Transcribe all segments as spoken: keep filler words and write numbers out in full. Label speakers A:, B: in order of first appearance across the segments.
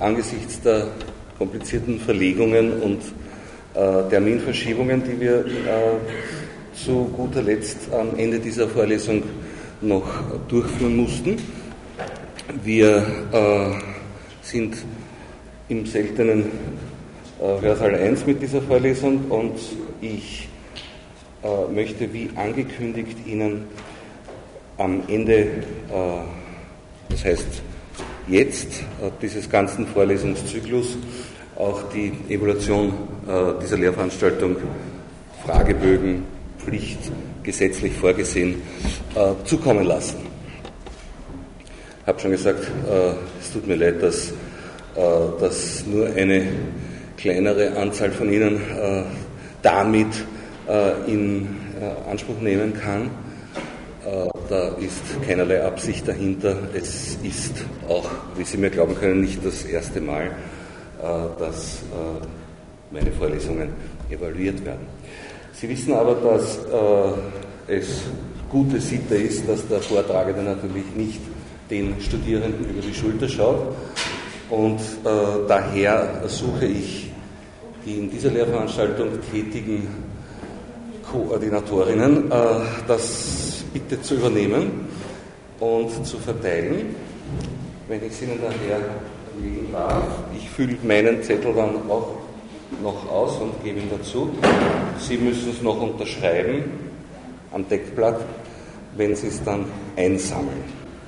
A: angesichts der komplizierten Verlegungen und äh, Terminverschiebungen, die wir äh, zu guter Letzt am Ende dieser Vorlesung noch durchführen mussten. Wir äh, sind im seltenen äh, Hörsaal eins mit dieser Vorlesung und ich äh, möchte, wie angekündigt, Ihnen am Ende, äh, das heißt jetzt, äh, dieses ganzen Vorlesungszyklus auch die Evaluation äh, dieser Lehrveranstaltung, Fragebögen, Pflicht, gesetzlich vorgesehen, äh, zukommen lassen. Ich habe schon gesagt, äh, es tut mir leid, dass, äh, dass nur eine kleinere Anzahl von Ihnen äh, damit äh, in äh, Anspruch nehmen kann. Äh, da ist keinerlei Absicht dahinter. Es ist auch, wie Sie mir glauben können, nicht das erste Mal, äh, dass äh, meine Vorlesungen evaluiert werden. Sie wissen aber, dass äh, es gute Sitte ist, dass der Vortragende natürlich nicht den Studierenden über die Schulter schaut. Und äh, daher suche ich die in dieser Lehrveranstaltung tätigen Koordinatorinnen, äh, das bitte zu übernehmen und zu verteilen. Wenn ich es Ihnen daher legen darf, ich fülle meinen Zettel dann auch noch aus und gebe ihn dazu. Sie müssen es noch unterschreiben am Deckblatt, wenn Sie es dann einsammeln.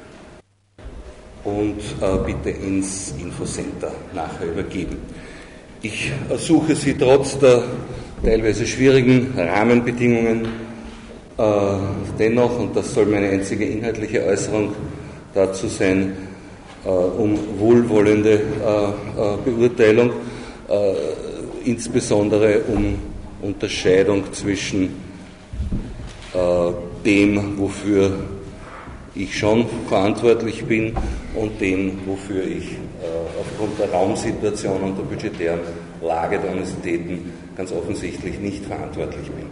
A: Und äh, bitte ins Infocenter nachher übergeben. Ich ersuche Sie trotz der teilweise schwierigen Rahmenbedingungen äh, dennoch, und das soll meine einzige inhaltliche Äußerung dazu sein, äh, um wohlwollende äh, äh, Beurteilung, äh, insbesondere um Unterscheidung zwischen äh, dem, wofür ich schon verantwortlich bin, und dem, wofür ich äh, aufgrund der Raumsituation und der budgetären Lage der Universitäten ganz offensichtlich nicht verantwortlich bin.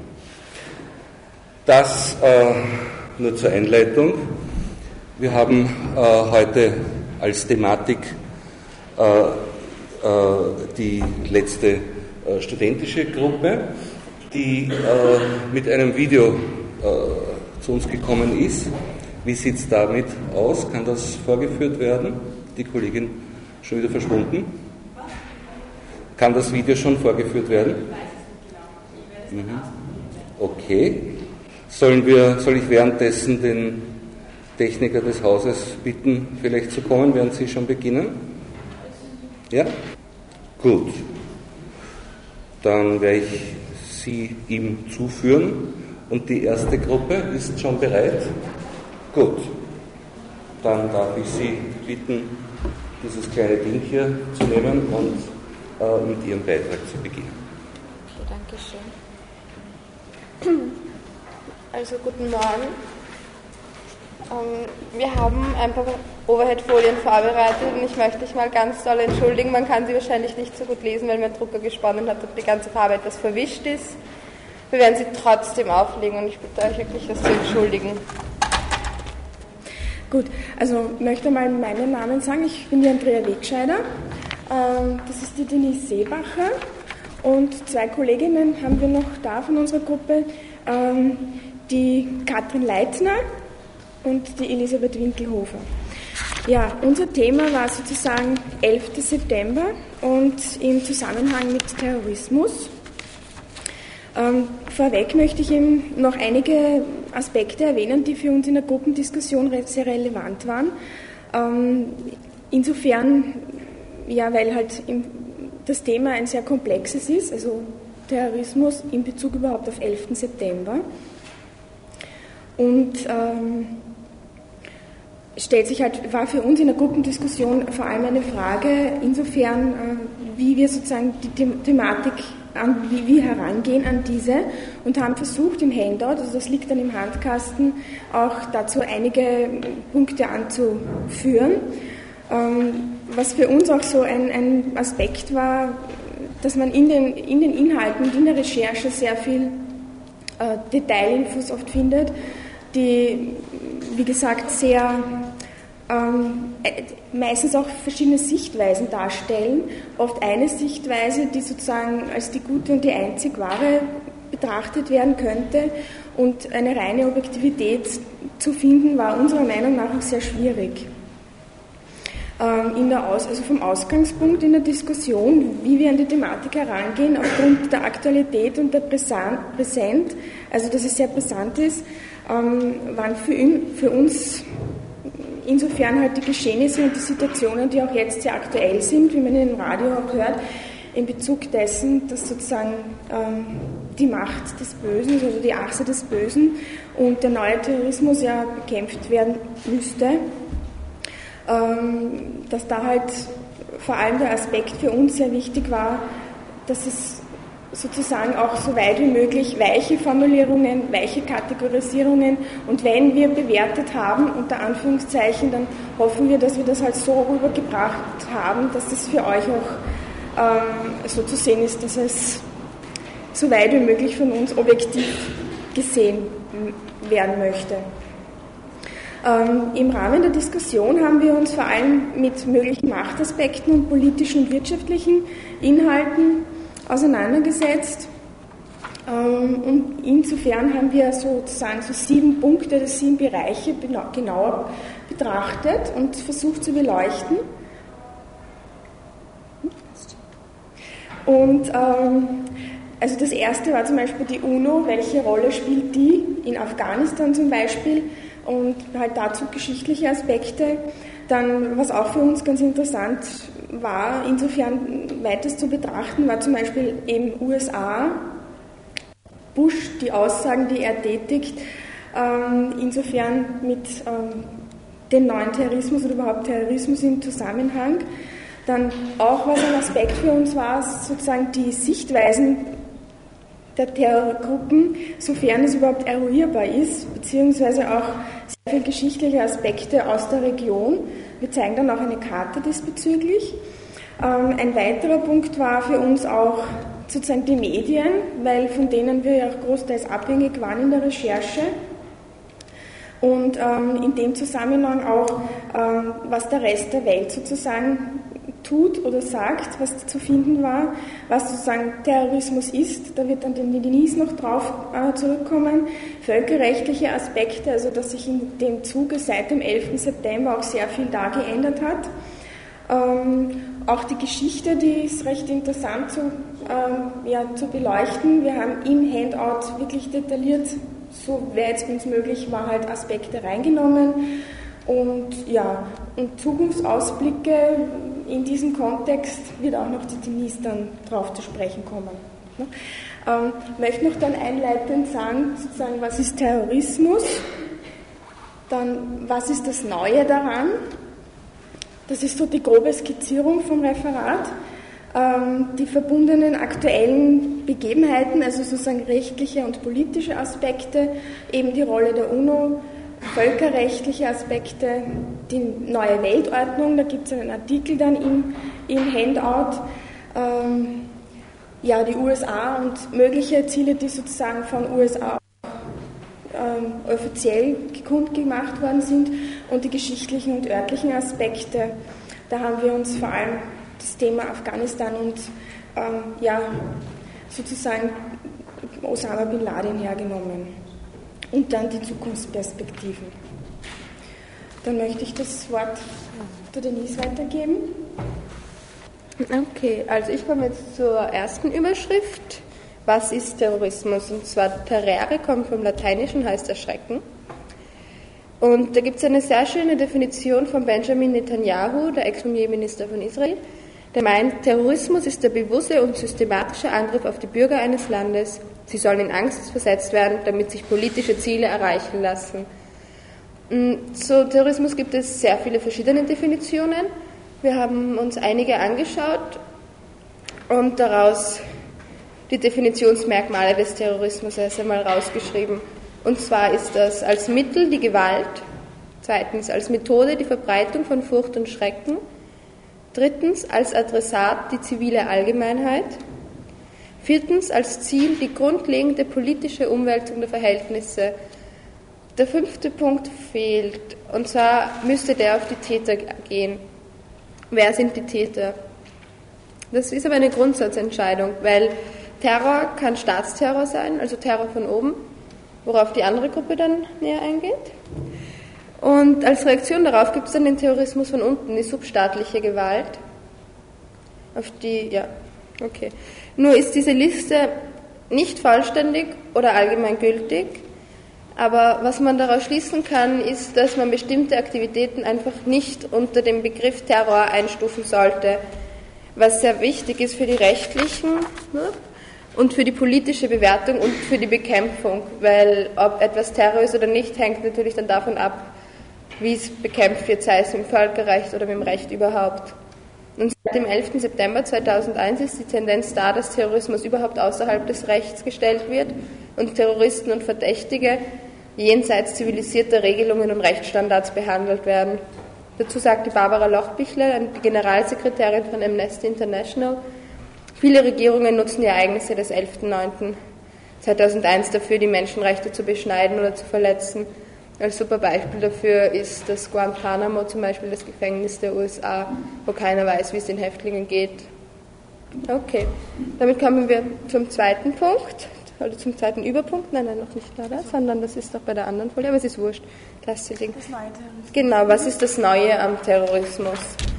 A: Das äh, nur zur Einleitung. Wir haben äh, heute als Thematik äh, äh, die letzte äh, studentische Gruppe, die äh, mit einem Video äh, zu uns gekommen ist. Wie sieht es damit aus? Kann das vorgeführt werden? Die Kollegin schon wieder verschwunden? Kann das Video schon vorgeführt werden? Mhm. Okay. Sollen wir, soll ich währenddessen den Techniker des Hauses bitten, vielleicht zu kommen, während Sie schon beginnen? Ja? Gut. Dann werde ich Sie ihm zuführen. Und die erste Gruppe ist schon bereit? Gut, dann darf ich Sie bitten, dieses kleine Ding hier zu nehmen und äh, mit Ihrem Beitrag zu beginnen.
B: Okay, danke schön. Also guten Morgen. Ähm, wir haben ein paar Overhead-Folien vorbereitet und ich möchte mich mal ganz doll entschuldigen. Man kann sie wahrscheinlich nicht so gut lesen, weil mein Drucker gesponnen hat und die ganze Farbe etwas verwischt ist. Wir werden sie trotzdem auflegen und ich bitte euch wirklich, das zu entschuldigen.
C: Gut, also ich möchte mal meinen Namen sagen. Ich bin die Andrea Wegscheider, das ist die Denise Seebacher und zwei Kolleginnen haben wir noch da von unserer Gruppe, die Katrin Leitner und die Elisabeth Winkelhofer. Ja, unser Thema war sozusagen elfter September und im Zusammenhang mit Terrorismus. Ähm, vorweg möchte ich eben noch einige Aspekte erwähnen, die für uns in der Gruppendiskussion sehr relevant waren. Ähm, insofern, ja, weil halt im, das Thema ein sehr komplexes ist, also Terrorismus in Bezug überhaupt auf elften September. Und ähm, stellt sich halt, war für uns in der Gruppendiskussion vor allem eine Frage, insofern, äh, wie wir sozusagen die The- Thematik An, wie wir herangehen an diese und haben versucht im Handout, also das liegt dann im Handkasten, auch dazu einige Punkte anzuführen. Ähm, was für uns auch so ein, ein Aspekt war, dass man in den, in den Inhalten und in der Recherche sehr viel äh, Detailinfos oft findet, die, wie gesagt, sehr ähm, meistens auch verschiedene Sichtweisen darstellen. Oft eine Sichtweise, die sozusagen als die gute und die einzig wahre betrachtet werden könnte, und eine reine Objektivität zu finden, war unserer Meinung nach auch sehr schwierig. Ähm, in der Aus, also vom Ausgangspunkt in der Diskussion, wie wir an die Thematik herangehen, aufgrund der Aktualität und der Präsenz, also dass es sehr brisant ist, ähm, waren für, ihn, für uns insofern halt die Geschehnisse und die Situationen, die auch jetzt sehr aktuell sind, wie man in dem Radio auch hört, in Bezug dessen, dass sozusagen ähm, die Macht des Bösen, also die Achse des Bösen und der neue Terrorismus ja bekämpft werden müsste, ähm, dass da halt vor allem der Aspekt für uns sehr wichtig war, dass es sozusagen auch so weit wie möglich weiche Formulierungen, weiche Kategorisierungen, und wenn wir bewertet haben, unter Anführungszeichen, dann hoffen wir, dass wir das halt so rübergebracht haben, dass es für euch auch ähm, so zu sehen ist, dass es so weit wie möglich von uns objektiv gesehen werden möchte. Ähm, Im Rahmen der Diskussion haben wir uns vor allem mit möglichen Machtaspekten und politischen und wirtschaftlichen Inhalten auseinandergesetzt. Ähm, und insofern haben wir sozusagen so sieben Punkte, oder sieben Bereiche genauer betrachtet und versucht zu beleuchten. Und ähm, also das erste war zum Beispiel die UNO, welche Rolle spielt die in Afghanistan zum Beispiel, und halt dazu geschichtliche Aspekte. Dann, was auch für uns ganz interessant war, insofern weiters zu betrachten, war zum Beispiel eben U S A, Bush, die Aussagen, die er tätigt, ähm, insofern mit ähm, dem neuen Terrorismus oder überhaupt Terrorismus im Zusammenhang. Dann auch, was ein Aspekt für uns war, sozusagen die Sichtweisen der Terrorgruppen, sofern es überhaupt eruierbar ist, beziehungsweise auch sehr viele geschichtliche Aspekte aus der Region. Wir zeigen dann auch eine Karte diesbezüglich. Ähm, ein weiterer Punkt war für uns auch sozusagen die Medien, weil von denen wir ja auch großteils abhängig waren in der Recherche. Und ähm, in dem Zusammenhang auch, ähm, was der Rest der Welt sozusagen tut oder sagt, was zu finden war, was sozusagen Terrorismus ist. Da wird dann die Denise noch drauf äh, zurückkommen. Völkerrechtliche Aspekte, also dass sich in dem Zuge seit dem elften September auch sehr viel da geändert hat. Ähm, auch die Geschichte, die ist recht interessant zu, ähm, ja, zu beleuchten. Wir haben im Handout wirklich detailliert, so weit es uns möglich war, halt Aspekte reingenommen. Und ja, und Zukunftsausblicke in diesem Kontext wird auch noch die Denise dann drauf zu sprechen kommen. Ich ähm, möchte noch dann einleitend sagen, sozusagen, was ist Terrorismus? Dann, was ist das Neue daran? Das ist so die grobe Skizzierung vom Referat. Ähm, die verbundenen aktuellen Begebenheiten, also sozusagen rechtliche und politische Aspekte, eben die Rolle der UNO, völkerrechtliche Aspekte, die neue Weltordnung, da gibt es einen Artikel dann im, im Handout, ähm, ja, die U S A und mögliche Ziele, die sozusagen von U S A ähm, offiziell kundgemacht worden sind, und die geschichtlichen und örtlichen Aspekte. Da haben wir uns vor allem das Thema Afghanistan und ähm, ja, sozusagen Osama Bin Laden hergenommen. Und dann die Zukunftsperspektiven. Dann möchte ich das Wort der Denise weitergeben.
B: Okay, also ich komme jetzt zur ersten Überschrift. Was ist Terrorismus? Und zwar Terrere kommt vom Lateinischen, heißt erschrecken. Und da gibt es eine sehr schöne Definition von Benjamin Netanyahu, der Ex-Premierminister von Israel. Der meint, Terrorismus ist der bewusste und systematische Angriff auf die Bürger eines Landes. Sie sollen in Angst versetzt werden, damit sich politische Ziele erreichen lassen. Zu Terrorismus gibt es sehr viele verschiedene Definitionen. Wir haben uns einige angeschaut und daraus die Definitionsmerkmale des Terrorismus erst einmal rausgeschrieben. Und zwar ist das als Mittel die Gewalt, zweitens als Methode die Verbreitung von Furcht und Schrecken, drittens als Adressat die zivile Allgemeinheit, viertens als Ziel die grundlegende politische Umwälzung der Verhältnisse Der fünfte Punkt fehlt, und zwar müsste der auf die Täter gehen. Wer sind die Täter? Das ist aber eine Grundsatzentscheidung, weil Terror kann Staatsterror sein, also Terror von oben, worauf die andere Gruppe dann näher eingeht. Und als Reaktion darauf gibt es dann den Terrorismus von unten, die substaatliche Gewalt, auf die, ja, okay. Nur ist diese Liste nicht vollständig oder allgemeingültig, aber was man daraus schließen kann, ist, dass man bestimmte Aktivitäten einfach nicht unter dem Begriff Terror einstufen sollte, was sehr wichtig ist für die rechtlichen und für die politische Bewertung und für die Bekämpfung, weil ob etwas Terror ist oder nicht, hängt natürlich dann davon ab, wie es bekämpft wird, sei es im Völkerrecht oder mit dem Recht überhaupt. Und seit dem elften September zweitausendeins ist die Tendenz da, dass Terrorismus überhaupt außerhalb des Rechts gestellt wird und Terroristen und Verdächtige jenseits zivilisierter Regelungen und Rechtsstandards behandelt werden. Dazu sagte Barbara Lochbichler, die Generalsekretärin von Amnesty International, viele Regierungen nutzen die Ereignisse des elften neunten zweitausendeins dafür, die Menschenrechte zu beschneiden oder zu verletzen. Als super Beispiel dafür ist das Guantanamo, zum Beispiel das Gefängnis der U S A, wo keiner weiß, wie es den Häftlingen geht. Okay, damit kommen wir zum zweiten Punkt, oder zum zweiten Überpunkt. Nein, nein, noch nicht da, sondern das ist doch bei der anderen Folie, aber es ist wurscht. Das, das neue Terrorismus. Genau, was ist das Neue am Terrorismus?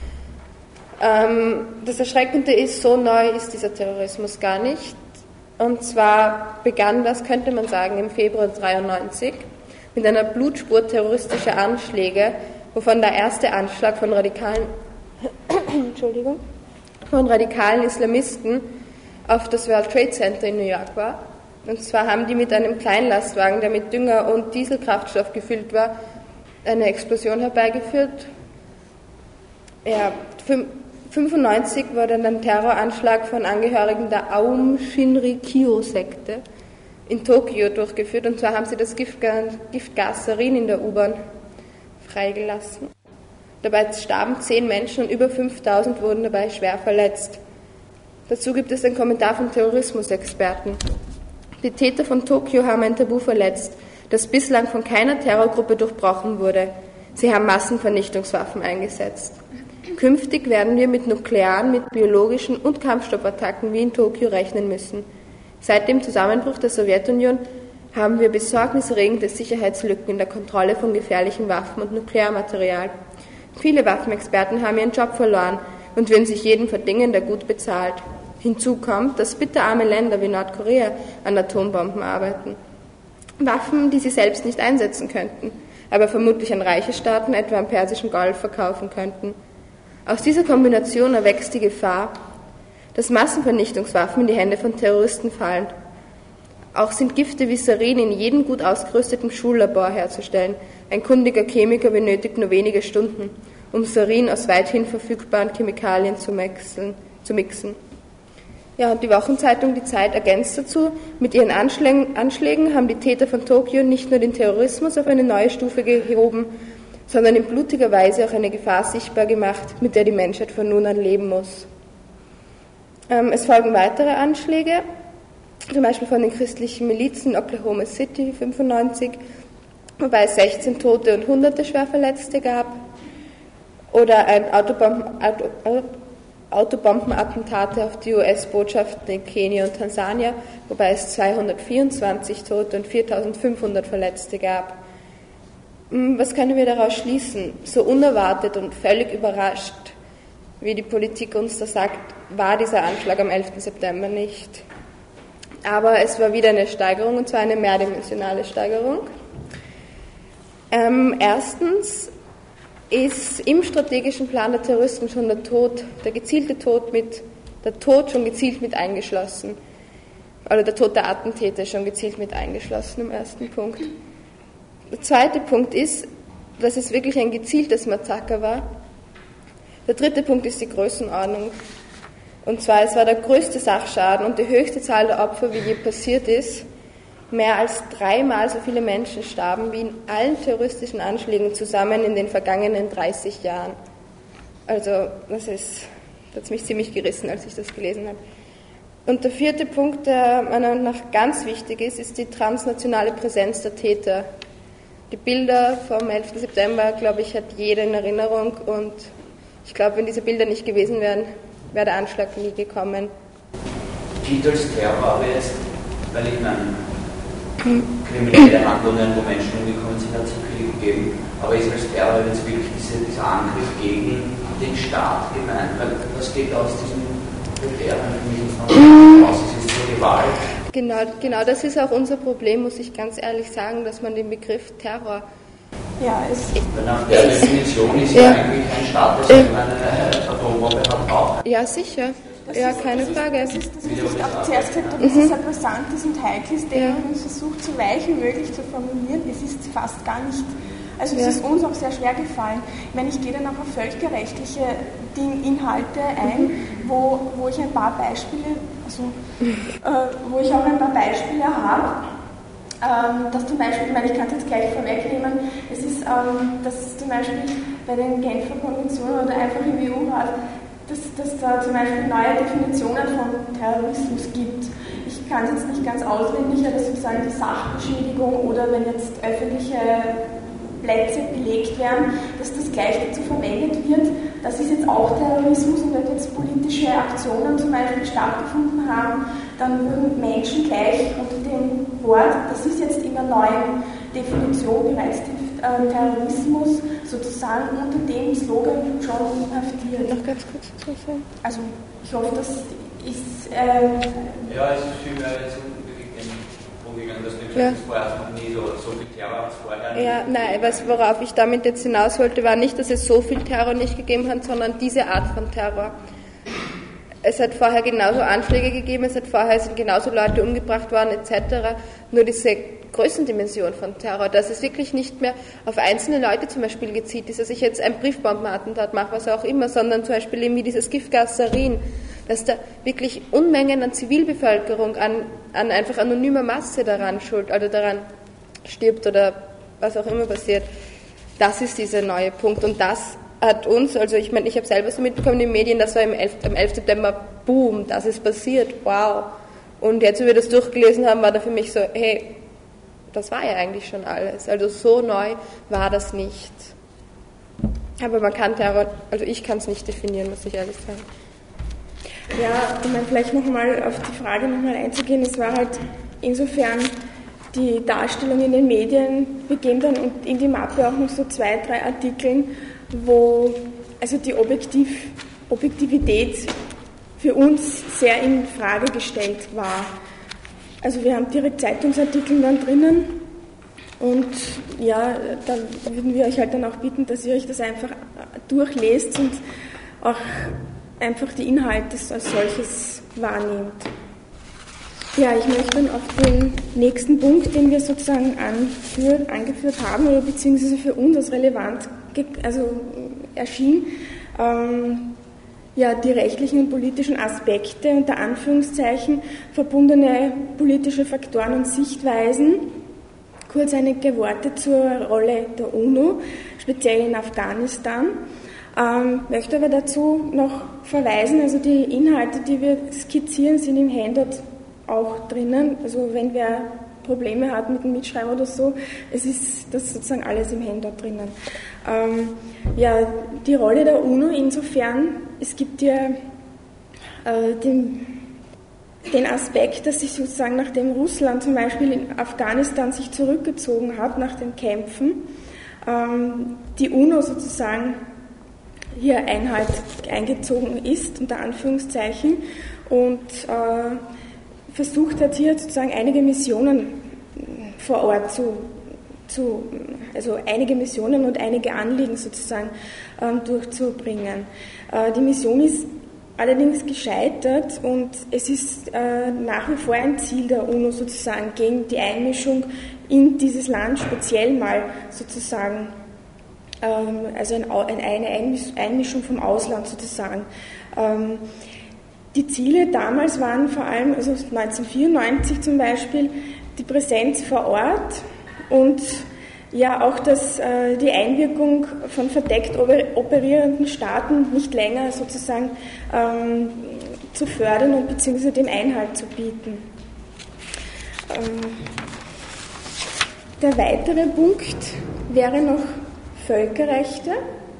B: Ähm, das Erschreckende ist, so neu ist dieser Terrorismus gar nicht. Und zwar begann das, könnte man sagen, im Februar neunzehnhundertdreiundneunzig mit einer Blutspur terroristischer Anschläge, wovon der erste Anschlag von radikalen, Entschuldigung, von radikalen Islamisten auf das World Trade Center in New York war. Und zwar haben die mit einem Kleinlastwagen, der mit Dünger und Dieselkraftstoff gefüllt war, eine Explosion herbeigeführt. Ja, fünfundneunzig war dann ein Terroranschlag von Angehörigen der Aum Shinrikyo-Sekte in Tokio durchgeführt, und zwar haben sie das Giftgas, Giftgas Sarin in der U-Bahn freigelassen. Dabei starben zehn Menschen und über fünftausend wurden dabei schwer verletzt. Dazu gibt es einen Kommentar von Terrorismusexperten. Die Täter von Tokio haben ein Tabu verletzt, das bislang von keiner Terrorgruppe durchbrochen wurde. Sie haben Massenvernichtungswaffen eingesetzt. Künftig werden wir mit nuklearen, mit biologischen und Kampfstoffattacken wie in Tokio rechnen müssen. Seit dem Zusammenbruch der Sowjetunion haben wir besorgniserregende Sicherheitslücken in der Kontrolle von gefährlichen Waffen und Nuklearmaterial. Viele Waffenexperten haben ihren Job verloren und würden sich jeden verdingen, der gut bezahlt. Hinzu kommt, dass bitterarme Länder wie Nordkorea an Atombomben arbeiten. Waffen, die sie selbst nicht einsetzen könnten, aber vermutlich an reiche Staaten, etwa am Persischen Golf, verkaufen könnten. Aus dieser Kombination erwächst die Gefahr, dass Massenvernichtungswaffen in die Hände von Terroristen fallen. Auch sind Gifte wie Sarin in jedem gut ausgerüsteten Schullabor herzustellen. Ein kundiger Chemiker benötigt nur wenige Stunden, um Sarin aus weithin verfügbaren Chemikalien zu mixen. Zu mixen. Ja, und die Wochenzeitung Die Zeit ergänzt dazu, mit ihren Anschlägen, Anschlägen haben die Täter von Tokio nicht nur den Terrorismus auf eine neue Stufe gehoben, sondern in blutiger Weise auch eine Gefahr sichtbar gemacht, mit der die Menschheit von nun an leben muss. Es folgen weitere Anschläge, zum Beispiel von den christlichen Milizen in Oklahoma City fünfundneunzig, wobei es sechzehn Tote und hunderte Schwerverletzte gab, oder ein Autobomben, Auto, Autobombenattentate auf die U S-Botschaften in Kenia und Tansania, wobei es zweihundertvierundzwanzig Tote und viertausendfünfhundert Verletzte gab. Was können wir daraus schließen? So unerwartet und völlig überrascht, wie die Politik uns da sagt, war dieser Anschlag am elften September nicht. Aber es war wieder eine Steigerung, und zwar eine mehrdimensionale Steigerung. Ähm, erstens ist im strategischen Plan der Terroristen schon der Tod, der gezielte Tod mit, der Tod schon gezielt mit eingeschlossen. Oder der Tod der Attentäter schon gezielt mit eingeschlossen im ersten Punkt. Der zweite Punkt ist, dass es wirklich ein gezieltes Massaker war. Der dritte Punkt ist die Größenordnung. Und zwar, es war der größte Sachschaden und die höchste Zahl der Opfer, wie je passiert ist. Mehr als dreimal so viele Menschen starben wie in allen terroristischen Anschlägen zusammen in den vergangenen dreißig Jahren. Also, das ist, das hat mich ziemlich gerissen, als ich das gelesen habe. Und der vierte Punkt, der meiner Meinung nach ganz wichtig ist, ist die transnationale Präsenz der Täter. die Bilder vom elften September, glaube ich, hat jeder in Erinnerung und ich glaube, wenn diese Bilder nicht gewesen wären, wäre der Anschlag nie gekommen.
D: Gilt als Terror aber jetzt, weil ich meine, kriminelle Handlungen, wo Menschen umgekommen sind, hat es viele gegeben, aber ist als Terror jetzt wirklich diese, dieser Angriff gegen den Staat gemeint, weil was geht aus diesem Bewerben für mich aus, es ist so Gewalt.
B: Genau, genau, das ist auch unser Problem, muss ich ganz ehrlich sagen, dass man den Begriff Terror...
C: Ja, es
D: nach der Definition ist ja, ja eigentlich ein Staat, das äh, eine Atombombe hat, auch.
B: Ja, sicher. Das ja, ist, keine
C: das
B: Frage.
C: Ist, das ist, das ist, ich auch zuerst gesagt habe, das ist ein brisantes und heikles Thema, ja. Und versucht, so weich wie möglich zu formulieren. Es ist fast gar nicht, also es ja. ist uns auch sehr schwer gefallen. Ich meine, ich gehe dann auch auf völkerrechtliche Ding, Inhalte ein, mhm. wo, wo ich ein paar Beispiele, also äh, wo ich auch ein paar Beispiele habe. Ähm, dass zum Beispiel, ich meine, ich kann es jetzt gleich vorwegnehmen, es ist, ähm, dass zum Beispiel bei den Genfer Konventionen oder einfach im E U-Rat, dass, dass da zum Beispiel neue Definitionen von Terrorismus gibt. Ich kann es jetzt nicht ganz auswendig, aber sozusagen die Sachbeschädigung oder wenn jetzt öffentliche Plätze belegt werden, dass das gleich dazu verwendet wird. Das ist jetzt auch Terrorismus und wenn jetzt politische Aktionen zum Beispiel stattgefunden haben, dann würden Menschen gleich unter dem Wort, das ist jetzt in der neuen Definition bereits äh, Terrorismus, sozusagen unter dem Slogan schon inhaftiert.
B: Noch ganz kurz zu sagen.
C: Also ich hoffe, das ist... Äh,
D: ja, es ist vielmehr jetzt umgegangen, dass du ja. vorher noch nie so, so viel Terror als vorher.
B: Ja, nein, was, worauf ich damit jetzt hinaus wollte, war nicht, dass es so viel Terror nicht gegeben hat, sondern diese Art von Terror. Es hat vorher genauso Anschläge gegeben, es hat vorher sind genauso Leute umgebracht worden, et cetera. Nur diese Größendimension von Terror, dass es wirklich nicht mehr auf einzelne Leute zum Beispiel gezielt ist, dass ich jetzt ein Briefbombenattentat mache, was auch immer, sondern zum Beispiel eben wie dieses Giftgas Sarin, dass da wirklich Unmengen an Zivilbevölkerung, an, an einfach anonymer Masse daran schuld, also daran stirbt oder was auch immer passiert. Das ist dieser neue Punkt und das hat uns, also ich meine, ich habe selber so mitbekommen in den Medien, das war im elften September, boom, das ist passiert, wow. Und jetzt, wie wir das durchgelesen haben, war da für mich so, hey, das war ja eigentlich schon alles. Also so neu war das nicht. Aber man kann Terror, also ich kann es nicht definieren, muss ich ehrlich sagen.
C: Ja, ich meine, vielleicht nochmal auf die Frage nochmal einzugehen, es war halt insofern die Darstellung in den Medien, wir geben dann in die Mappe auch noch so zwei, drei Artikeln, wo also die Objektiv, Objektivität für uns sehr in Frage gestellt war. Also wir haben direkt Zeitungsartikel dann drinnen und ja, da würden wir euch halt dann auch bitten, dass ihr euch das einfach durchlest und auch einfach die Inhalte als solches wahrnehmt. Ja, ich möchte dann auf den nächsten Punkt, den wir sozusagen anführ, angeführt haben, oder beziehungsweise für uns als relevant also erschien, ähm, ja, die rechtlichen und politischen Aspekte, unter Anführungszeichen, verbundene politische Faktoren und Sichtweisen. Kurz einige Worte zur Rolle der UNO, speziell in Afghanistan. Ähm, möchte aber dazu noch verweisen, also die Inhalte, die wir skizzieren, sind im Handout auch drinnen. Also wenn wer Probleme hat mit dem Mitschreiben oder so, es ist das sozusagen alles im Handout drinnen. Ähm, ja, die Rolle der UNO insofern, es gibt ja äh, den, den Aspekt, dass sich sozusagen nachdem Russland zum Beispiel in Afghanistan sich zurückgezogen hat nach den Kämpfen, ähm, die UNO sozusagen hier Einheit eingezogen ist, unter Anführungszeichen, und äh, versucht hat, hier sozusagen einige Missionen vor Ort zu, zu also einige Missionen und einige Anliegen sozusagen ähm, durchzubringen. Äh, die Mission ist allerdings gescheitert und es ist äh, nach wie vor ein Ziel der UNO sozusagen gegen die Einmischung in dieses Land speziell mal sozusagen, ähm, also ein, eine Einmischung vom Ausland sozusagen. Ähm, Die Ziele damals waren vor allem, also neunzehnhundertvierundneunzig zum Beispiel, die Präsenz vor Ort und ja auch das, äh, die Einwirkung von verdeckt operierenden Staaten nicht länger sozusagen ähm, zu fördern und beziehungsweise dem Einhalt zu bieten. Ähm, der weitere Punkt wäre noch Völkerrechte.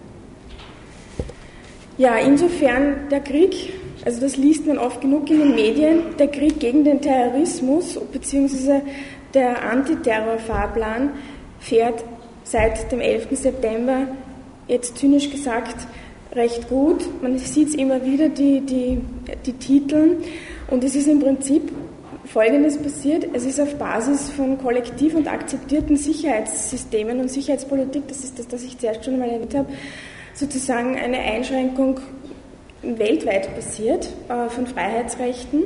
C: Ja, insofern der Krieg, also das liest man oft genug in den Medien, der Krieg gegen den Terrorismus bzw. der Antiterrorfahrplan fährt seit dem elften September, jetzt zynisch gesagt, recht gut. Man sieht es immer wieder, die, die, die Titel, und es ist im Prinzip Folgendes passiert: Es ist auf Basis von kollektiv und akzeptierten Sicherheitssystemen und Sicherheitspolitik, das ist das, was ich zuerst schon mal erwähnt habe, sozusagen eine Einschränkung weltweit passiert äh, von Freiheitsrechten.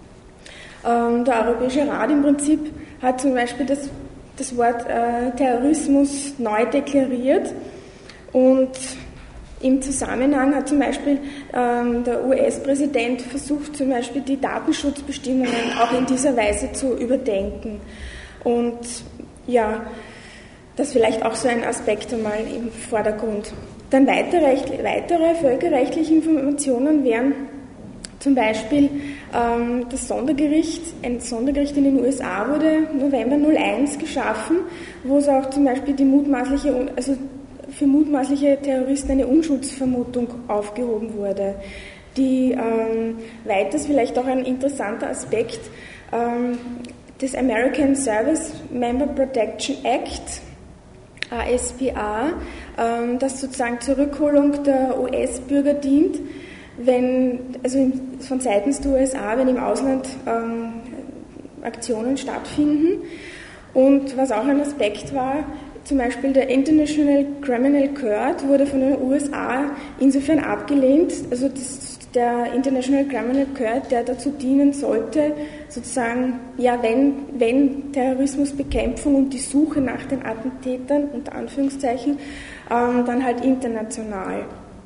C: Ähm, der Europäische Rat im Prinzip hat zum Beispiel das, das Wort äh, Terrorismus neu deklariert, und im Zusammenhang hat zum Beispiel ähm, der U S-Präsident versucht, zum Beispiel die Datenschutzbestimmungen auch in dieser Weise zu überdenken. Und ja, das vielleicht auch so ein Aspekt einmal im Vordergrund. Dann weitere, weitere völkerrechtliche Informationen wären zum Beispiel ähm, das Sondergericht, ein Sondergericht in den U S A wurde November null eins geschaffen, wo es auch zum Beispiel die mutmaßliche, also für mutmaßliche Terroristen eine Unschuldsvermutung aufgehoben wurde. Die ähm, weiters vielleicht auch ein interessanter Aspekt ähm, des American Service Member Protection Act, A S P A, ähm, das sozusagen zur Rückholung der U S-Bürger dient, wenn, also von seitens der U S A, wenn im Ausland ähm, Aktionen stattfinden. Und was auch ein Aspekt war, zum Beispiel der International Criminal Court wurde von den U S A insofern abgelehnt, also das, der International Criminal Court, der dazu dienen sollte, sozusagen, ja, wenn, wenn Terrorismusbekämpfung und die Suche nach den Attentätern, unter Anführungszeichen, ähm, dann halt international.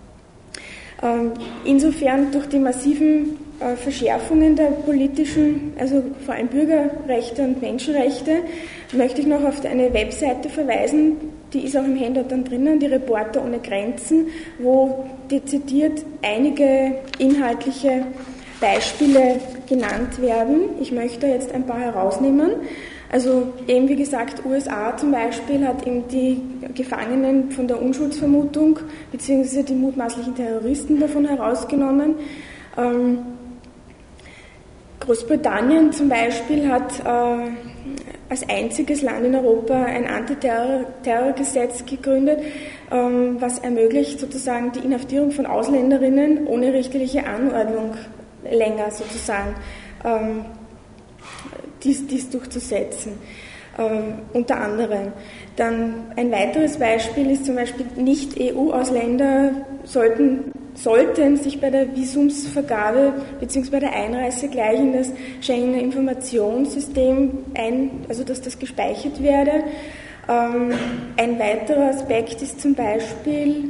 C: Ähm, insofern durch die massiven äh, Verschärfungen der politischen, also vor allem Bürgerrechte und Menschenrechte, möchte ich noch auf eine Webseite verweisen, die ist auch im Handout dann drinnen, die Reporter ohne Grenzen, wo dezidiert einige inhaltliche Beispiele genannt werden. Ich möchte jetzt ein paar herausnehmen. Also eben wie gesagt, U S A zum Beispiel hat eben die Gefangenen von der Unschuldsvermutung bzw. die mutmaßlichen Terroristen davon herausgenommen. Ähm, Großbritannien zum Beispiel hat äh, als einziges Land in Europa ein Antiterrorgesetz gegründet, ähm, was ermöglicht sozusagen die Inhaftierung von Ausländerinnen ohne richterliche Anordnung länger sozusagen ähm, dies, dies durchzusetzen, ähm, unter anderem. Dann ein weiteres Beispiel ist zum Beispiel, Nicht-E U-Ausländer sollten, sollten sich bei der Visumsvergabe bzw. bei der Einreise gleich in das Schengener Informationssystem ein, also dass das gespeichert werde. Ähm, ein weiterer Aspekt ist zum Beispiel,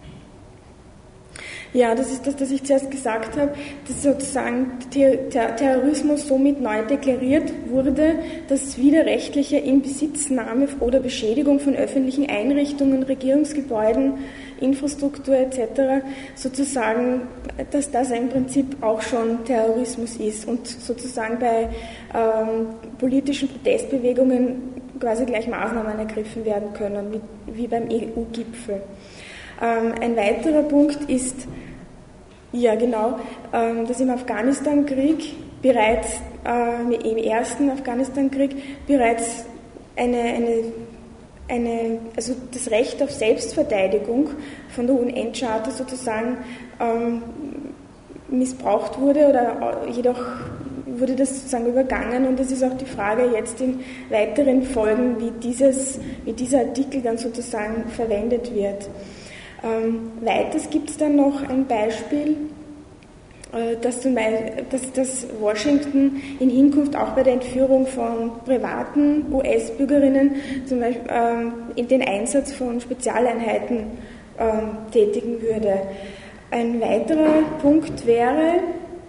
C: ja, das ist das, was ich zuerst gesagt habe, dass sozusagen Ter- Ter- Terrorismus somit neu deklariert wurde, dass widerrechtliche Inbesitznahme oder Beschädigung von öffentlichen Einrichtungen, Regierungsgebäuden, Infrastruktur et cetera sozusagen, dass das im Prinzip auch schon Terrorismus ist und sozusagen bei ähm, politischen Protestbewegungen quasi gleich Maßnahmen ergriffen werden können, wie, wie beim E U-Gipfel. Ähm, ein weiterer Punkt ist, ja genau, ähm, dass im Afghanistan-Krieg bereits, äh, im ersten Afghanistan-Krieg bereits eine, eine, eine, also das Recht auf Selbstverteidigung von der U N-Charta sozusagen ähm, missbraucht wurde, oder jedoch wurde das sozusagen übergangen, und es ist auch die Frage jetzt in weiteren Folgen, wie, dieses, wie dieser Artikel dann sozusagen verwendet wird. Ähm, weiters gibt es dann noch ein Beispiel, äh, dass, zum Beispiel, dass, dass Washington in Hinkunft auch bei der Entführung von privaten U S-Bürgerinnen zum Beispiel ähm, in den Einsatz von Spezialeinheiten ähm, tätigen würde. Ein weiterer Punkt wäre,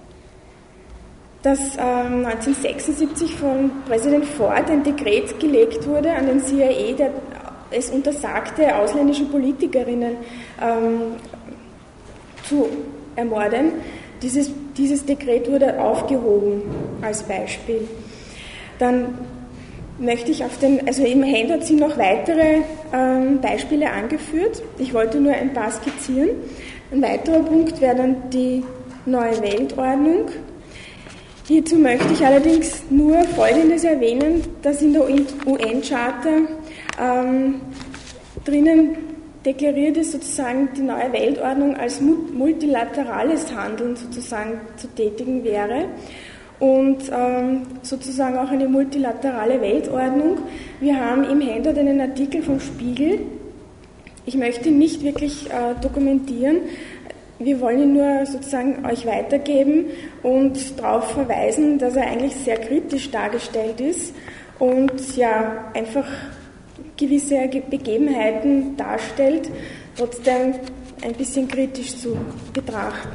C: dass ähm, neunzehnhundertsechsundsiebzig von Präsident Ford ein Dekret gelegt wurde an den C I A, der es untersagte, ausländische Politikerinnen ähm, zu ermorden. Dieses, dieses Dekret wurde aufgehoben als Beispiel. Dann möchte ich auf den, also im Handout sind noch weitere ähm, Beispiele angeführt. Ich wollte nur ein paar skizzieren. Ein weiterer Punkt wäre dann die neue Weltordnung. Hierzu möchte ich allerdings nur Folgendes erwähnen, dass in der U N-Charta ähm, drinnen deklariert ist, sozusagen die neue Weltordnung als multilaterales Handeln sozusagen zu tätigen wäre. Und ähm, sozusagen auch eine multilaterale Weltordnung. Wir haben im Handout einen Artikel vom Spiegel. Ich möchte ihn nicht wirklich äh, dokumentieren. Wir wollen ihn nur sozusagen euch weitergeben und darauf verweisen, dass er eigentlich sehr kritisch dargestellt ist und ja einfach gewisse Begebenheiten darstellt, trotzdem ein bisschen kritisch zu betrachten.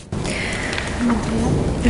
C: Ja.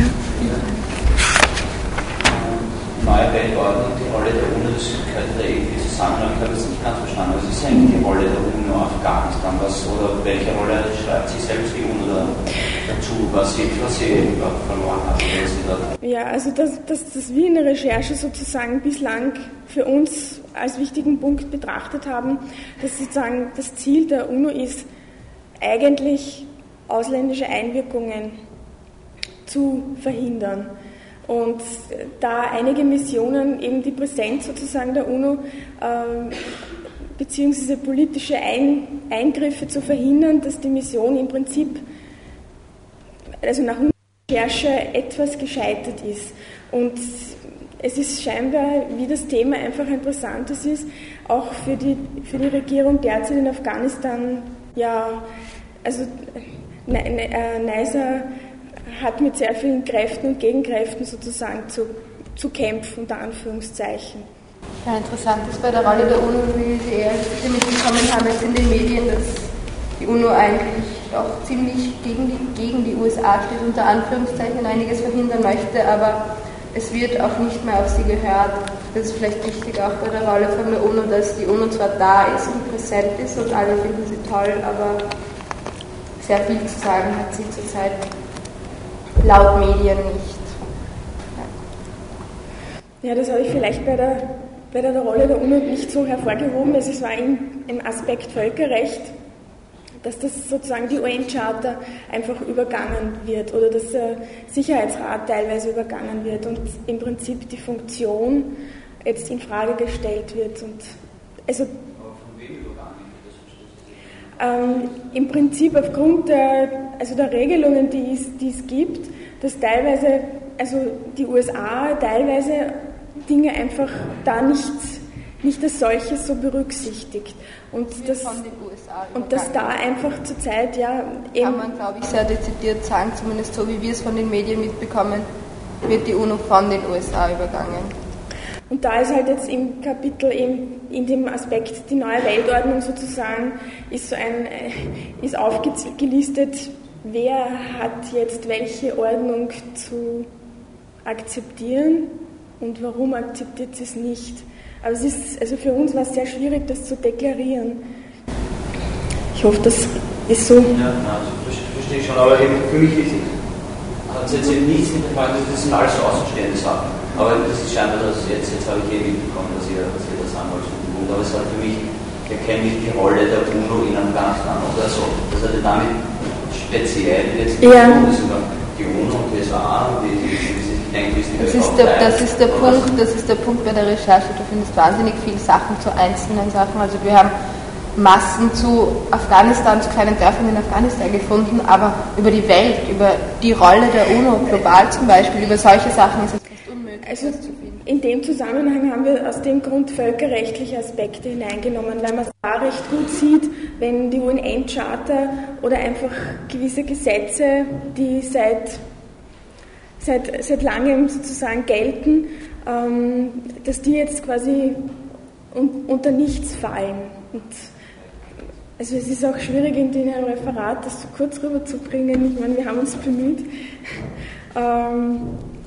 D: Neue Weltordnung, die Rolle der UNO, das gehört da irgendwie zusammen, aber ich habe es nicht ganz verstanden. Was ist eigentlich die Rolle der UNO Afghanistan? Was, oder welche Rolle schreibt sie selbst die UNO dazu, was sie, was sie verloren hat? Oder sie dort?
C: Ja, also dass das, das wir in der Recherche sozusagen bislang für uns als wichtigen Punkt betrachtet haben, dass sozusagen das Ziel der UNO ist, eigentlich ausländische Einwirkungen zu verhindern. Und da einige Missionen eben die Präsenz sozusagen der UNO äh, beziehungsweise politische Ein- Eingriffe zu verhindern, dass die Mission im Prinzip, also nach Recherche, etwas gescheitert ist. Und es ist scheinbar, wie das Thema einfach interessantes ist, auch für die, für die Regierung derzeit in Afghanistan, ja, also Neiser hat mit sehr vielen Kräften und Gegenkräften sozusagen zu, zu kämpfen, unter Anführungszeichen.
B: Ja, interessant ist bei der Rolle der UNO, wie Sie eher mitbekommen haben jetzt in den Medien, dass die UNO eigentlich auch ziemlich gegen die, gegen die U S A steht, unter Anführungszeichen einiges verhindern möchte, aber es wird auch nicht mehr auf sie gehört. Das ist vielleicht wichtig auch bei der Rolle von der UNO, dass die UNO zwar da ist und präsent ist und alle finden sie toll, aber sehr viel zu sagen hat sie zurzeit laut Medien nicht.
C: Ja, das habe ich vielleicht bei der, bei der Rolle der UNO nicht so hervorgehoben. Es war im, im Aspekt Völkerrecht, dass das sozusagen die U N-Charta einfach übergangen wird oder dass der Sicherheitsrat teilweise übergangen wird und im Prinzip die Funktion jetzt in Frage gestellt wird. Und also,
D: Aber von wem übergangen wird das?
C: Ähm, Im Prinzip aufgrund der, also der Regelungen, die es, die es gibt, dass teilweise, also die U S A teilweise Dinge einfach da nicht, nicht als solches so berücksichtigt. Und das,
B: von den U S A
C: und dass da einfach zurzeit, ja, eben...
B: Kann man, glaube ich, sehr dezidiert sagen, zumindest so wie wir es von den Medien mitbekommen, wird die UNO von den U S A übergangen.
C: Und da ist halt jetzt im Kapitel eben in dem Aspekt die neue Weltordnung sozusagen, ist so ein, ist aufgelistet, wer hat jetzt welche Ordnung zu akzeptieren und warum akzeptiert sie es nicht. Aber es ist, also für uns war es sehr schwierig, das zu deklarieren. Ich hoffe, das ist so.
D: Ja, nein, also verstehe ich schon, aber eben für mich ist, hat es jetzt eben nichts hinterfragt, das sind alles so außenstehende Sachen. Aber das ist scheinbar, dass jetzt, jetzt habe ich eh mitbekommen, dass ihr, dass ihr das sagen wollt. Aber es hat für mich, ich erkenne nicht die Rolle der UNO in Afghanistan oder so. Das hatte damit speziell jetzt
C: ja.
D: die UNO und die S A und die, die, die, die ich denke, ist die
B: das ist der, das ist der Punkt, das ist der Punkt bei der Recherche. Du findest wahnsinnig viele Sachen zu einzelnen Sachen. Also wir haben Massen zu Afghanistan, zu kleinen Dörfern in Afghanistan gefunden, aber über die Welt, über die Rolle der UNO global zum Beispiel, über solche Sachen ist es fast unmöglich,
C: also
B: das zu finden.
C: In dem Zusammenhang haben wir aus dem Grund völkerrechtliche Aspekte hineingenommen, weil man es da recht gut sieht, wenn die U N-Charta oder einfach gewisse Gesetze, die seit, seit, seit langem sozusagen gelten, ähm, dass die jetzt quasi un, unter nichts fallen. Und also es ist auch schwierig, in dem Referat das so kurz rüberzubringen. Ich meine, wir haben uns bemüht. Ähm,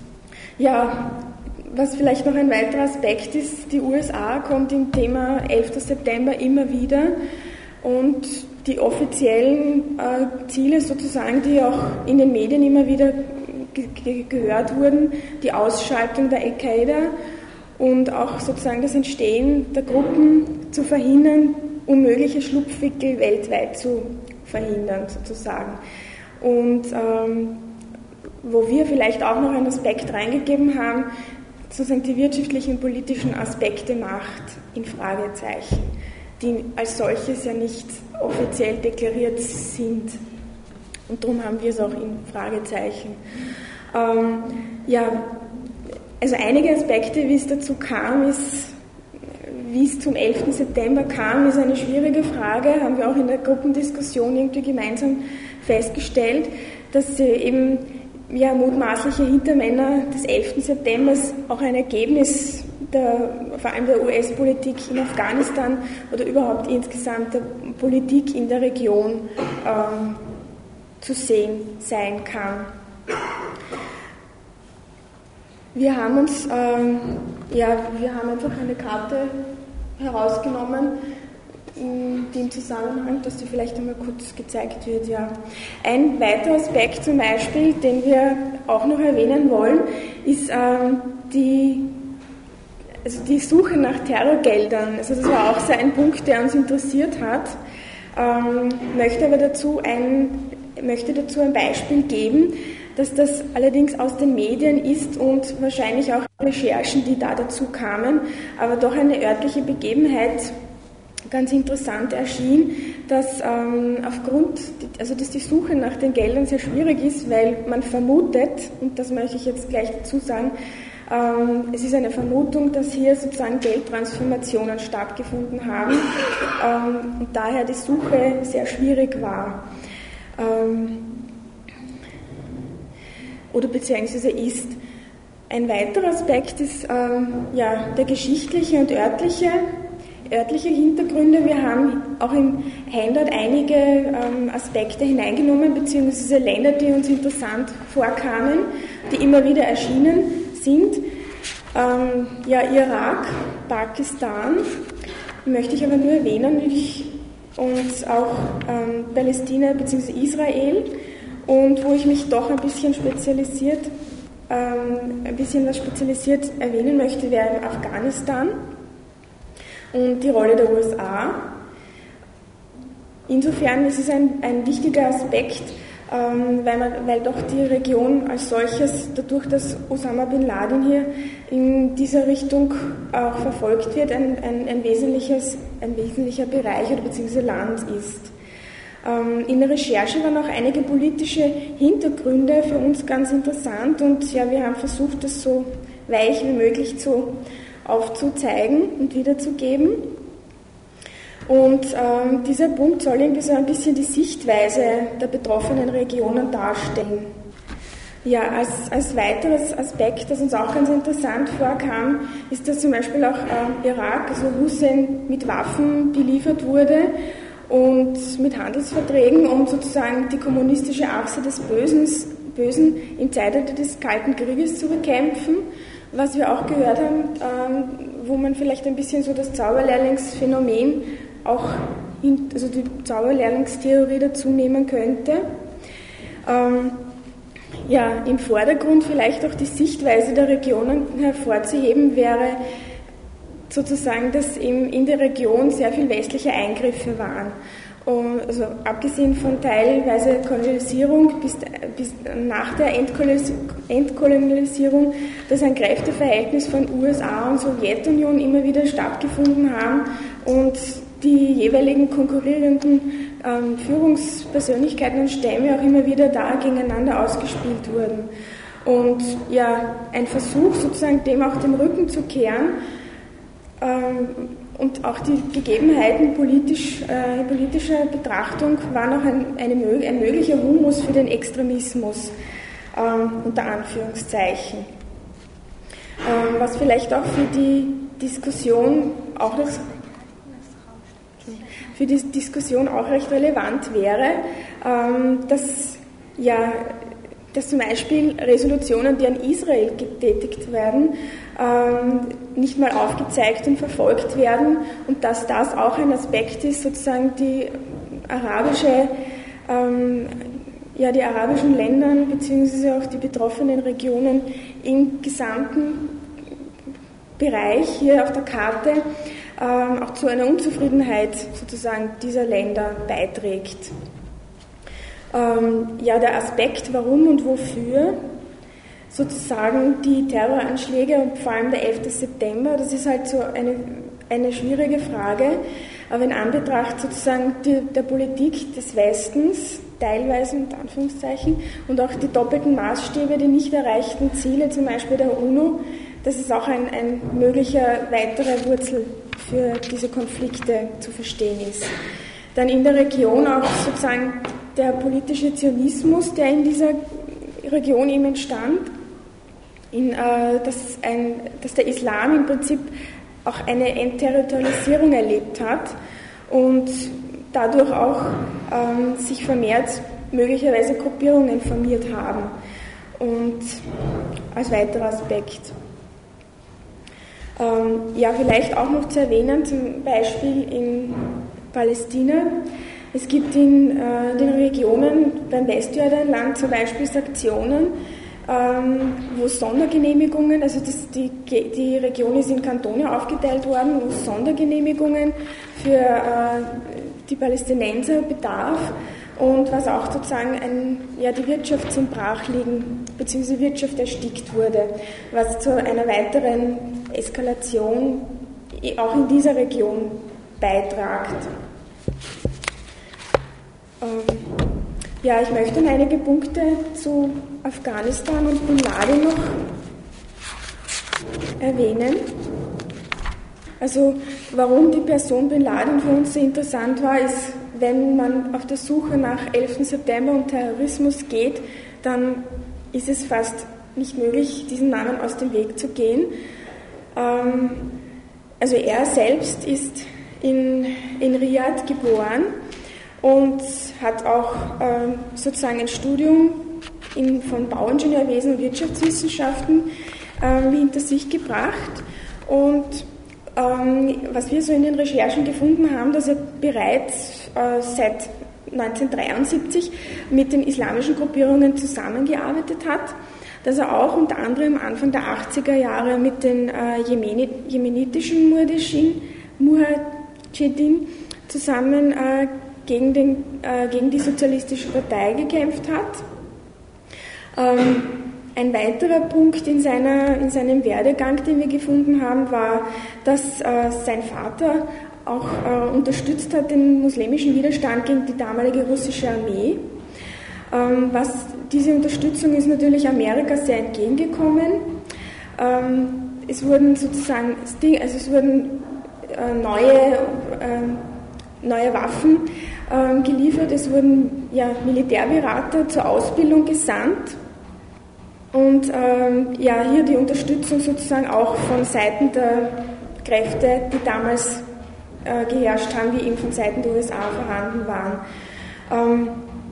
C: ja, was vielleicht noch ein weiterer Aspekt ist, die U S A kommt im Thema elfter September immer wieder und die offiziellen äh, Ziele sozusagen, die auch in den Medien immer wieder ge- ge- gehört wurden, die Ausschaltung der Al-Qaida und auch sozusagen das Entstehen der Gruppen zu verhindern, um mögliche Schlupfwinkel weltweit zu verhindern, sozusagen. Und ähm, wo wir vielleicht auch noch einen Aspekt reingegeben haben, sozusagen die wirtschaftlichen und politischen Aspekte Macht in Fragezeichen, die als solches ja nicht offiziell deklariert sind. Und darum haben wir es auch in Fragezeichen. Ähm, ja, also einige Aspekte, wie es dazu kam, ist, wie es zum elften September kam, ist eine schwierige Frage, haben wir auch in der Gruppendiskussion irgendwie gemeinsam festgestellt, dass sie eben ja, mutmaßliche Hintermänner des elften September auch ein Ergebnis der, vor allem der U S-Politik in Afghanistan oder überhaupt insgesamt der Politik in der Region ähm, zu sehen sein kann. Wir haben uns, ähm, ja, wir haben einfach eine Karte herausgenommen, die im Zusammenhang, dass die vielleicht einmal kurz gezeigt wird. Ja. Ein weiterer Aspekt zum Beispiel, den wir auch noch erwähnen wollen, ist ähm, die, also die Suche nach Terrorgeldern. Also das war auch so ein Punkt, der uns interessiert hat. Ähm, möchte aber dazu ein, möchte dazu ein Beispiel geben, dass das allerdings aus den Medien ist und wahrscheinlich auch Recherchen, die da dazu kamen, aber doch eine örtliche Begebenheit ganz interessant erschien, dass ähm, aufgrund, also dass die Suche nach den Geldern sehr schwierig ist, weil man vermutet, und das möchte ich jetzt gleich dazu sagen, ähm, es ist eine Vermutung, dass hier sozusagen Geldtransformationen stattgefunden haben ähm, und daher die Suche sehr schwierig war. Ähm, oder beziehungsweise ist. Ein weiterer Aspekt ist ähm, ja, der geschichtliche und örtliche, örtliche Hintergründe. Wir haben auch im Handout einige ähm, Aspekte hineingenommen, beziehungsweise Länder, die uns interessant vorkamen, die immer wieder erschienen sind. Ähm, ja, Irak, Pakistan, möchte ich aber nur erwähnen, ich, und auch ähm, Palästina bzw. Israel. Und wo ich mich doch ein bisschen spezialisiert, ähm, ein bisschen was spezialisiert erwähnen möchte, wäre Afghanistan und die Rolle der U S A. Insofern ist es ein, ein wichtiger Aspekt, ähm, weil, man, weil doch die Region als solches, dadurch, dass Osama bin Laden hier in dieser Richtung auch verfolgt wird, ein, ein, ein, wesentliches, ein wesentlicher Bereich oder beziehungsweise Land ist. In der Recherche waren auch einige politische Hintergründe für uns ganz interessant und ja, wir haben versucht, das so weich wie möglich zu, aufzuzeigen und wiederzugeben. Und ähm, dieser Punkt soll irgendwie so ein bisschen die Sichtweise der betroffenen Regionen darstellen. Ja, als, als weiteres Aspekt, das uns auch ganz interessant vorkam, ist, dass zum Beispiel auch äh, Irak, also Hussein, mit Waffen beliefert wurde und mit Handelsverträgen, um sozusagen die kommunistische Achse des Bösen, Bösen im Zeitalter des Kalten Krieges zu bekämpfen. Was wir auch gehört haben, ähm, wo man vielleicht ein bisschen so das Zauberlehrlingsphänomen auch, in, also die Zauberlehrlingstheorie dazu nehmen könnte. Ähm, ja, im Vordergrund vielleicht auch die Sichtweise der Regionen hervorzuheben wäre, sozusagen, dass eben in der Region sehr viel westliche Eingriffe waren. Und also abgesehen von teilweise Kolonialisierung bis, bis nach der Entkolonialisierung, dass ein Kräfteverhältnis von U S A und Sowjetunion immer wieder stattgefunden haben und die jeweiligen konkurrierenden ähm, Führungspersönlichkeiten und Stämme auch immer wieder da gegeneinander ausgespielt wurden. Und ja, ein Versuch sozusagen dem auch den Rücken zu kehren, und auch die Gegebenheiten politisch, äh, politischer Betrachtung waren auch ein, eine, ein möglicher Humus für den Extremismus, ähm, unter Anführungszeichen. Ähm, was vielleicht auch für die Diskussion auch das, für die Diskussion auch recht relevant wäre, ähm, dass ja dass zum Beispiel Resolutionen, die an Israel getätigt werden, ähm, nicht mal aufgezeigt und verfolgt werden und dass das auch ein Aspekt ist, sozusagen die arabische, ähm, ja, die arabischen Länder beziehungsweise auch die betroffenen Regionen im Gesamten Bereich hier auf der Karte ähm, auch zu einer Unzufriedenheit sozusagen dieser Länder beiträgt. Ähm, ja, der Aspekt, warum und wofür sozusagen die Terroranschläge und vor allem der elfte September, das ist halt so eine, eine schwierige Frage, aber in Anbetracht sozusagen die, der Politik des Westens, teilweise mit Anführungszeichen, und auch die doppelten Maßstäbe, die nicht erreichten Ziele, zum Beispiel der UNO, das ist auch ein, ein möglicher weiterer Wurzel für diese Konflikte zu verstehen ist. Dann in der Region auch sozusagen der politische Zionismus, der in dieser Region eben entstand, in, äh, dass, ein, dass der Islam im Prinzip auch eine Entterritorialisierung erlebt hat und dadurch auch ähm, sich vermehrt möglicherweise Gruppierungen formiert haben. Und als weiterer Aspekt. Ähm, ja, vielleicht auch noch zu erwähnen, zum Beispiel in Palästina. Es gibt in äh, den Regionen beim Westjordanland zum Beispiel Sektionen, ähm, wo Sondergenehmigungen, also das, die, die Region ist in Kantone aufgeteilt worden, wo es Sondergenehmigungen für äh, die Palästinenser bedarf und was auch sozusagen ein, ja, die Wirtschaft zum Brachliegen bzw. die Wirtschaft erstickt wurde, was zu einer weiteren Eskalation auch in dieser Region beitragt. Ähm, ja, ich möchte noch einige Punkte zu Afghanistan und Bin Laden noch erwähnen. Also warum die Person Bin Laden für uns so interessant war, ist, wenn man auf der Suche nach elften September und Terrorismus geht, dann ist es fast nicht möglich, diesen Namen aus dem Weg zu gehen. Ähm, also er selbst ist in, in Riyadh geboren und hat auch ähm, sozusagen ein Studium in, von Bauingenieurwesen und Wirtschaftswissenschaften ähm, hinter sich gebracht. Und ähm, was wir so in den Recherchen gefunden haben, dass er bereits äh, seit neunzehnhundertdreiundsiebzig mit den islamischen Gruppierungen zusammengearbeitet hat, dass er auch unter anderem Anfang der achtziger Jahre mit den äh, Jemeni, jemenitischen Mujahedin zusammen äh, gegen, den, äh, gegen die Sozialistische Partei gekämpft hat. Ähm, ein weiterer Punkt in, seiner, in seinem Werdegang, den wir gefunden haben, war, dass äh, sein Vater auch äh, unterstützt hat den muslimischen Widerstand gegen die damalige russische Armee. Ähm, was diese Unterstützung ist natürlich Amerika sehr entgegengekommen. Ähm, es wurden sozusagen, also es wurden äh, neue, äh, neue Waffen äh, geliefert, es wurden ja, Militärberater zur Ausbildung gesandt und äh, ja, hier die Unterstützung sozusagen auch von Seiten der Kräfte, die damals äh, geherrscht haben, wie eben von Seiten der U S A vorhanden waren. Ähm,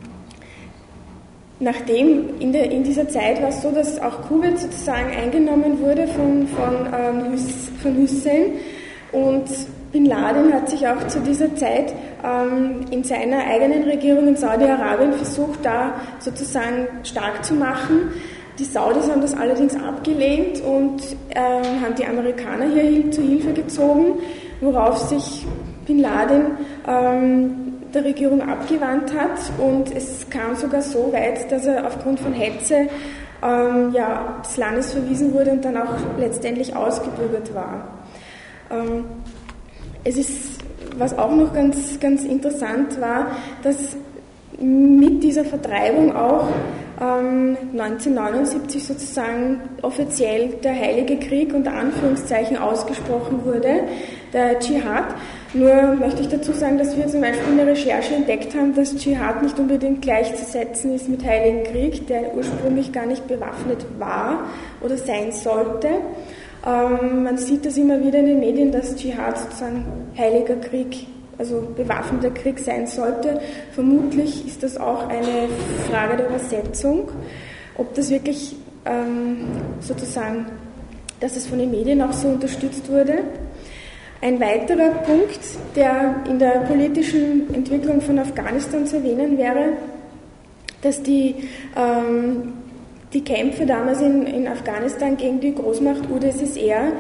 C: Nachdem in, der, in dieser Zeit war es so, dass auch Kuwait sozusagen eingenommen wurde von, von, ähm, von Hussein und Bin Laden hat sich auch zu dieser Zeit ähm, in seiner eigenen Regierung in Saudi-Arabien versucht, da sozusagen stark zu machen. Die Saudis haben das allerdings abgelehnt und ähm, haben die Amerikaner hier zu Hilfe gezogen, worauf sich Bin Laden ähm, der Regierung abgewandt hat und es kam sogar so weit, dass er aufgrund von Hetze ähm, ja, des Landes verwiesen wurde und dann auch letztendlich ausgebürgert war. Ähm, es ist, was auch noch ganz, ganz interessant war, dass mit dieser Vertreibung auch ähm, neunzehnhundertneunundsiebzig sozusagen offiziell der Heilige Krieg unter Anführungszeichen ausgesprochen wurde, der Dschihad. Nur möchte ich dazu sagen, dass wir zum Beispiel in der Recherche entdeckt haben, dass Dschihad nicht unbedingt gleichzusetzen ist mit Heiligen Krieg, der ursprünglich gar nicht bewaffnet war oder sein sollte. Ähm, man sieht das immer wieder in den Medien, dass Dschihad sozusagen Heiliger Krieg, also bewaffneter Krieg sein sollte. Vermutlich ist das auch eine Frage der Übersetzung, ob das wirklich ähm, sozusagen, dass es von den Medien auch so unterstützt wurde. Ein weiterer Punkt, der in der politischen Entwicklung von Afghanistan zu erwähnen wäre, dass die, ähm, die Kämpfe damals in, in Afghanistan gegen die Großmacht U d S S R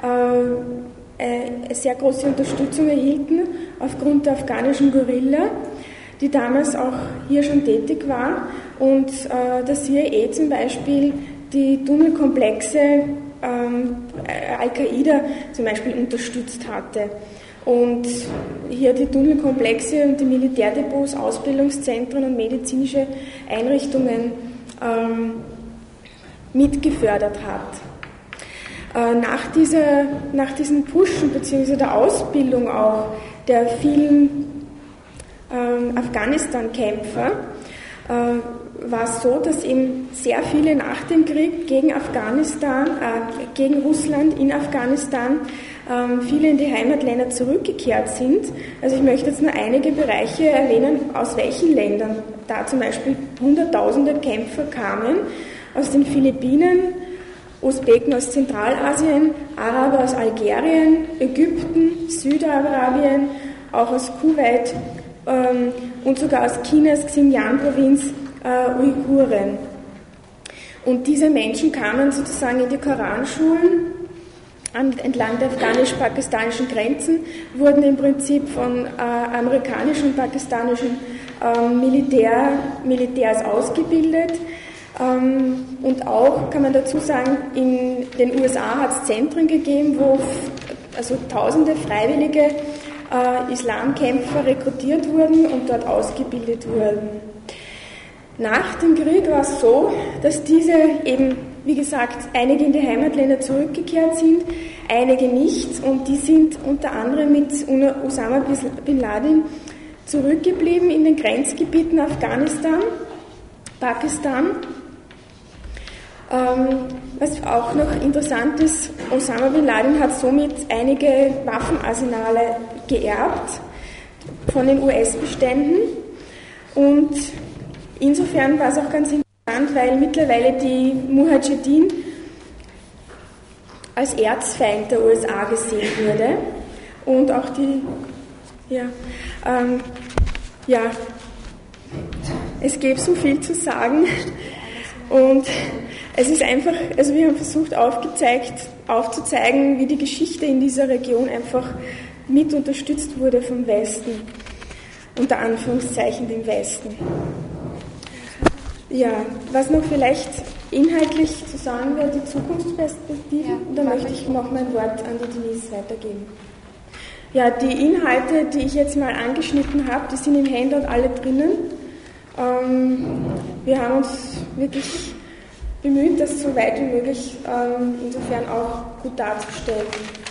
C: eine sehr große Unterstützung erhielten aufgrund der afghanischen Guerilla, die damals auch hier schon tätig war, und der C I A zum Beispiel die Tunnelkomplexe ähm, Al-Qaida zum Beispiel unterstützt hatte und hier die Tunnelkomplexe und die Militärdepots, Ausbildungszentren und medizinische Einrichtungen ähm, mitgefördert hat. Äh, nach, dieser, nach diesen Pushen bzw. der Ausbildung auch der vielen ähm, Afghanistan-Kämpfer äh, war es so, dass eben sehr viele nach dem Krieg gegen Afghanistan, äh, gegen Russland in Afghanistan, äh, viele in die Heimatländer zurückgekehrt sind. Also ich möchte jetzt nur einige Bereiche erwähnen, aus welchen Ländern da zum Beispiel hunderttausende Kämpfer kamen, aus den Philippinen, Usbeken aus Zentralasien, Araber aus Algerien, Ägypten, Südarabien, auch aus Kuwait ähm, und sogar aus Chinas Xinjiang-Provinz, Uh, Uiguren. Und diese Menschen kamen sozusagen in die Koranschulen an, entlang der afghanisch-pakistanischen Grenzen, wurden im Prinzip von äh, amerikanischen und pakistanischen ähm, Militär, Militärs ausgebildet. Ähm, und auch, kann man dazu sagen, in den U S A hat es Zentren gegeben, wo f- also tausende freiwillige äh, Islamkämpfer rekrutiert wurden und dort ausgebildet wurden. Nach dem Krieg war es so, dass diese eben, wie gesagt, einige in die Heimatländer zurückgekehrt sind, einige nicht, und die sind unter anderem mit Osama bin Laden zurückgeblieben in den Grenzgebieten Afghanistan, Pakistan. Ähm, was auch noch interessant ist, Osama bin Laden hat somit einige Waffenarsenale geerbt von den U S-Beständen, und insofern war es auch ganz interessant, weil mittlerweile die Mujahedin als Erzfeind der U S A gesehen wurde, und auch die, ja, ähm, ja, es gäbe so viel zu sagen, und es ist einfach, also wir haben versucht aufgezeigt, aufzuzeigen, wie die Geschichte in dieser Region einfach mit unterstützt wurde vom Westen, unter Anführungszeichen dem Westen. Ja, was noch vielleicht inhaltlich zu sagen wäre, die Zukunftsperspektive, ja, da möchte ich noch mein Wort an die Denise weitergeben. Ja, die Inhalte, die ich jetzt mal angeschnitten habe, die sind im Handout alle drinnen. Ähm, wir haben uns wirklich bemüht, das so weit wie möglich ähm, insofern auch gut darzustellen.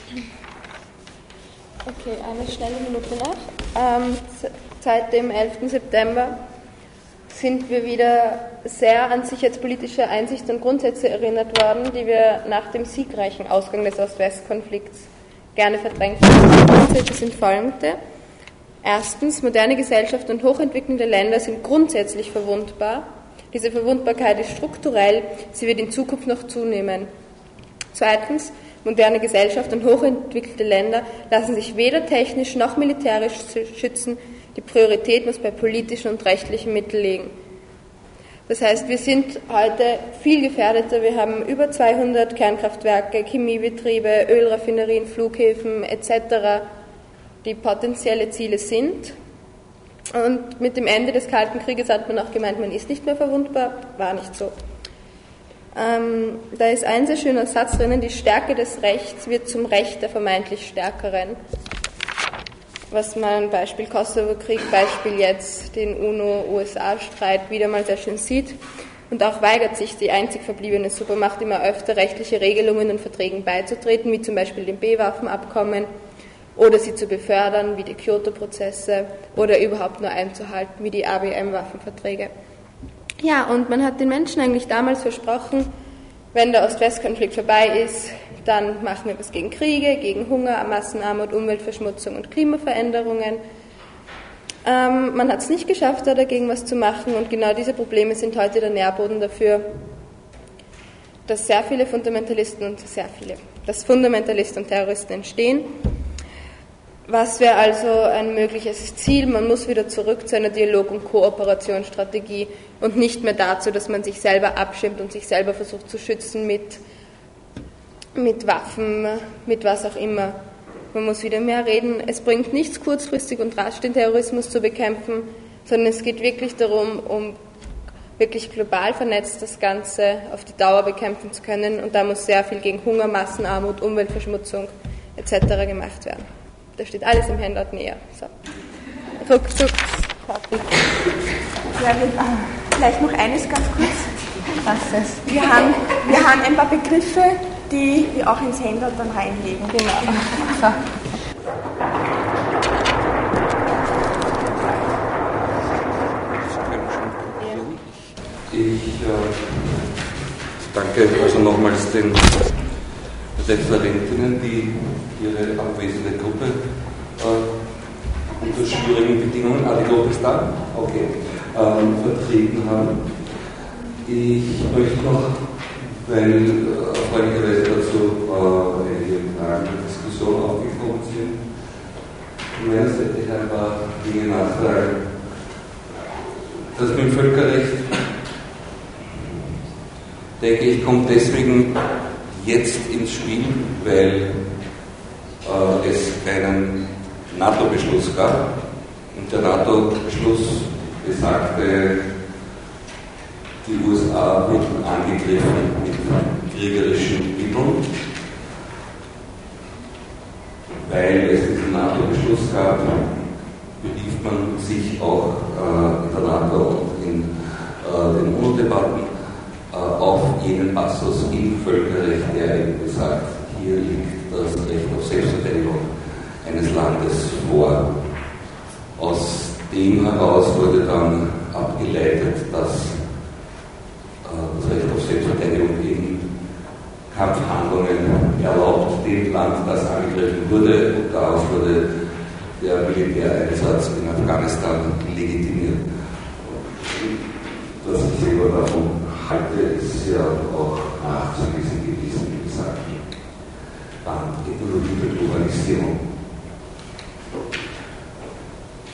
B: Okay, eine schnelle Minute noch. Ähm, seit dem elften September sind wir wieder sehr an sicherheitspolitische Einsicht und Grundsätze erinnert worden, die wir nach dem siegreichen Ausgang des Ost-West-Konflikts gerne verdrängt haben. Die Grundsätze sind folgende. Erstens, moderne Gesellschaft und hochentwickelnde Länder sind grundsätzlich verwundbar. Diese Verwundbarkeit ist strukturell, sie wird in Zukunft noch zunehmen. Zweitens, moderne Gesellschaft und hochentwickelte Länder lassen sich weder technisch noch militärisch schützen. Die Priorität muss bei politischen und rechtlichen Mitteln liegen. Das heißt, wir sind heute viel gefährdeter. Wir haben über zweihundert Kernkraftwerke, Chemiebetriebe, Ölraffinerien, Flughäfen et cetera, die potenzielle Ziele sind. Und mit dem Ende des Kalten Krieges hat man auch gemeint, man ist nicht mehr verwundbar. War nicht so. Ähm, da ist ein sehr schöner Satz drinnen: Die Stärke des Rechts wird zum Recht der vermeintlich Stärkeren. Was man Beispiel Kosovo-Krieg, Beispiel jetzt den UNO-U S A-Streit wieder mal sehr schön sieht. Und auch weigert sich die einzig verbliebene Supermacht immer öfter, rechtliche Regelungen und Verträgen beizutreten, wie zum Beispiel dem B-Waffenabkommen, oder sie zu befördern, wie die Kyoto-Prozesse, oder überhaupt nur einzuhalten, wie die A B M-Waffenverträge. Ja, und man hat den Menschen eigentlich damals versprochen, wenn der Ost-West-Konflikt vorbei ist, dann machen wir was gegen Kriege, gegen Hunger, Massenarmut, Umweltverschmutzung und Klimaveränderungen. Ähm, man hat es nicht geschafft, da dagegen was zu machen, und genau diese Probleme sind heute der Nährboden dafür, dass sehr viele Fundamentalisten und sehr viele, dass Fundamentalisten und Terroristen entstehen. Was wäre also ein mögliches Ziel? Man muss wieder zurück zu einer Dialog- und Kooperationsstrategie und nicht mehr dazu, dass man sich selber abschirmt und sich selber versucht zu schützen mit mit Waffen, mit was auch immer. Man muss wieder mehr reden. Es bringt nichts, kurzfristig und rasch den Terrorismus zu bekämpfen, sondern es geht wirklich darum, um wirklich global vernetzt das Ganze auf die Dauer bekämpfen zu können. Und da muss sehr viel gegen Hunger, Massenarmut, Umweltverschmutzung et cetera gemacht werden. Da steht alles im Handout näher. So. Druck, druck.
C: Ja, wir, äh, vielleicht noch eines ganz kurz.
B: Was ist?
C: Wir haben, wir haben ein paar Begriffe, die wir auch ins Handout dann reinlegen.
B: Genau. So.
A: Ich äh, danke also nochmals den Referentinnen, die ihre abwesende Gruppe äh, unter schwierigen Bedingungen, ah, die Gruppe ist da, okay, ähm, vertreten haben. Ich möchte noch, weil äh, freundlicherweise dazu äh, einige Fragen der Diskussion aufgekommen sind, von meiner Seite her ein paar Dinge nachfragen. Das mit dem Völkerrecht, denke ich, kommt deswegen jetzt ins Spiel, weil äh, es einen NATO-Beschluss gab und der NATO-Beschluss besagte, die U S A wurden angegriffen mit kriegerischen Mitteln, weil es diesen NATO-Beschluss gab, berief man sich auch äh, in der NATO und in äh, den UNO-Debatten äh, auf jenen Passus im Völkerrecht, der eben besagt, hier liegt das Recht auf Selbstverteidigung eines Landes vor. Aus dem heraus wurde dann abgeleitet, dass äh, das Recht auf Selbstverteidigung eben Kampfhandlungen erlaubt, dem Land, das angegriffen wurde, und daraus wurde der Militäreinsatz in Afghanistan legitimiert. Was ich selber davon halte, ist ja auch nachzuweisen gewesen, wie gesagt, Band Ethnologie der Globalisierung.